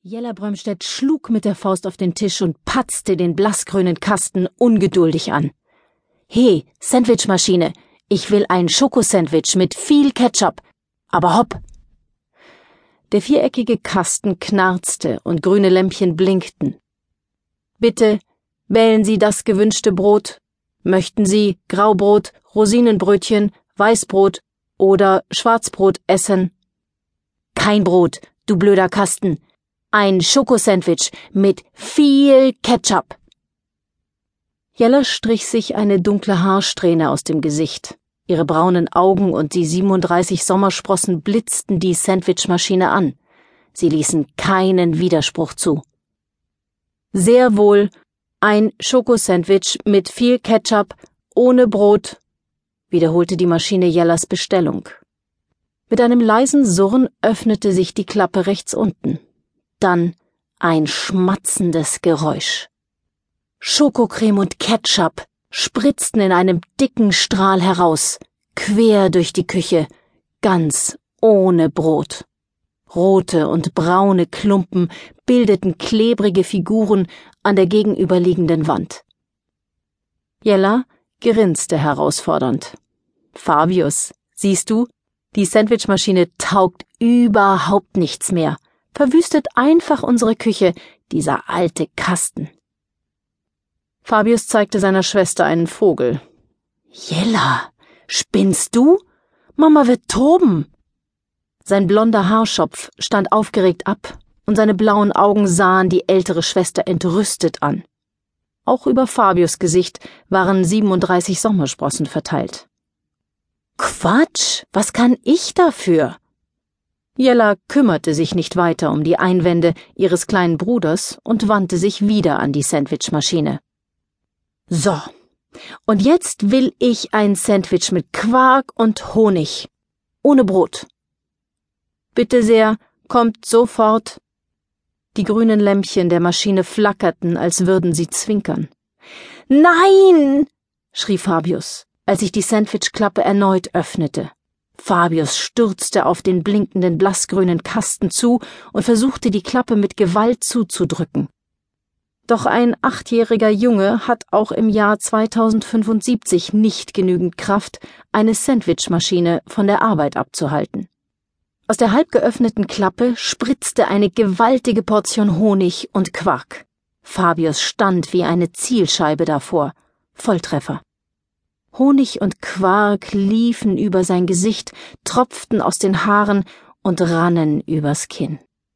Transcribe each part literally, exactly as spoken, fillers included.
Jella Brömstedt schlug mit der Faust auf den Tisch und patzte den blassgrünen Kasten ungeduldig an. »He, Sandwichmaschine, ich will ein Schokosandwich mit viel Ketchup, aber hopp!« Der viereckige Kasten knarzte und grüne Lämpchen blinkten. »Bitte, wählen Sie das gewünschte Brot. Möchten Sie Graubrot, Rosinenbrötchen, Weißbrot oder Schwarzbrot essen?« »Kein Brot, du blöder Kasten. Ein Schokosandwich mit viel Ketchup.« Jella strich sich eine dunkle Haarsträhne aus dem Gesicht. Ihre braunen Augen und die siebenunddreißig Sommersprossen blitzten die Sandwichmaschine an. Sie ließen keinen Widerspruch zu. »Sehr wohl, ein Schokosandwich mit viel Ketchup, ohne Brot«, wiederholte die Maschine Jellas Bestellung. Mit einem leisen Surren öffnete sich die Klappe rechts unten. Dann ein schmatzendes Geräusch. Schokocreme und Ketchup spritzten in einem dicken Strahl heraus, quer durch die Küche, ganz ohne Brot. Rote und braune Klumpen bildeten klebrige Figuren an der gegenüberliegenden Wand. Jella grinste herausfordernd. »Fabius, siehst du, die Sandwichmaschine taugt überhaupt nichts mehr. Verwüstet einfach unsere Küche, dieser alte Kasten.« Fabius zeigte seiner Schwester einen Vogel. »Jella, spinnst du? Mama wird toben!« Sein blonder Haarschopf stand aufgeregt ab, und seine blauen Augen sahen die ältere Schwester entrüstet an. Auch über Fabius' Gesicht waren siebenunddreißig Sommersprossen verteilt. »Quatsch, was kann ich dafür?« Jella kümmerte sich nicht weiter um die Einwände ihres kleinen Bruders und wandte sich wieder an die Sandwichmaschine. »So, und jetzt will ich ein Sandwich mit Quark und Honig, ohne Brot.« »Bitte sehr, kommt sofort.« Die grünen Lämpchen der Maschine flackerten, als würden sie zwinkern. »Nein!« schrie Fabius, als sich die Sandwichklappe erneut öffnete. Fabius stürzte auf den blinkenden blassgrünen Kasten zu und versuchte, die Klappe mit Gewalt zuzudrücken. Doch ein achtjähriger Junge hat auch im Jahr zweitausendfünfundsiebzig nicht genügend Kraft, eine Sandwichmaschine von der Arbeit abzuhalten. Aus der halb geöffneten Klappe spritzte eine gewaltige Portion Honig und Quark. Fabius stand wie eine Zielscheibe davor. Volltreffer. Honig und Quark liefen über sein Gesicht, tropften aus den Haaren und rannen übers Kinn.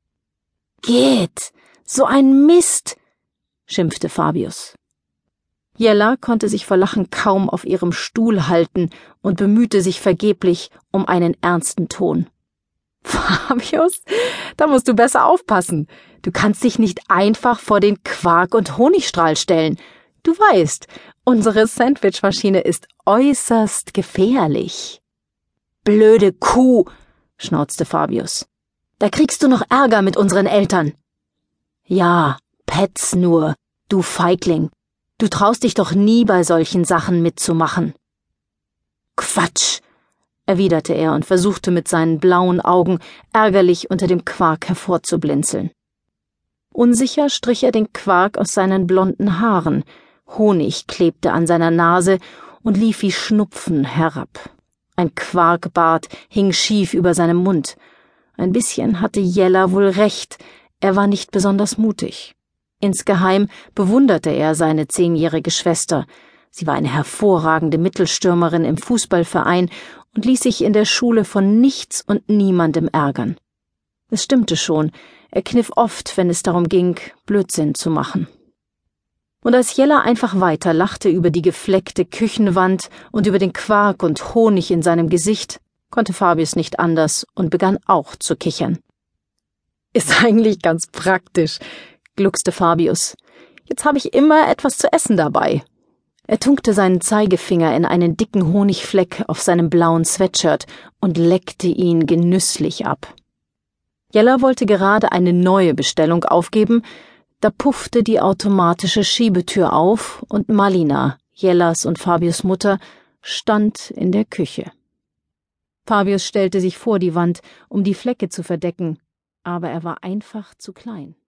»Geht, so ein Mist«, schimpfte Fabius. Jella konnte sich vor Lachen kaum auf ihrem Stuhl halten und bemühte sich vergeblich um einen ernsten Ton. »Fabius, da musst du besser aufpassen. Du kannst dich nicht einfach vor den Quark- und Honigstrahl stellen. Du weißt, unsere Sandwichmaschine ist äußerst gefährlich.« »Blöde Kuh«, schnauzte Fabius. »Da kriegst du noch Ärger mit unseren Eltern.« »Ja, petz nur, du Feigling. Du traust dich doch nie bei solchen Sachen mitzumachen.« »Quatsch«, erwiderte er und versuchte mit seinen blauen Augen ärgerlich unter dem Quark hervorzublinzeln. Unsicher strich er den Quark aus seinen blonden Haaren. Honig klebte an seiner Nase und lief wie Schnupfen herab. Ein Quarkbart hing schief über seinem Mund. Ein bisschen hatte Jella wohl recht, er war nicht besonders mutig. Insgeheim bewunderte er seine zehnjährige Schwester. Sie war eine hervorragende Mittelstürmerin im Fußballverein und ließ sich in der Schule von nichts und niemandem ärgern. Es stimmte schon, er kniff oft, wenn es darum ging, Blödsinn zu machen. Und als Jella einfach weiter lachte über die gefleckte Küchenwand und über den Quark und Honig in seinem Gesicht, konnte Fabius nicht anders und begann auch zu kichern. »Ist eigentlich ganz praktisch«, gluckste Fabius. »Jetzt habe ich immer etwas zu essen dabei.« Er tunkte seinen Zeigefinger in einen dicken Honigfleck auf seinem blauen Sweatshirt und leckte ihn genüsslich ab. Jella wollte gerade eine neue Bestellung aufgeben, da puffte die automatische Schiebetür auf und Malina, Jellas und Fabius' Mutter, stand in der Küche. Fabius stellte sich vor die Wand, um die Flecke zu verdecken, aber er war einfach zu klein.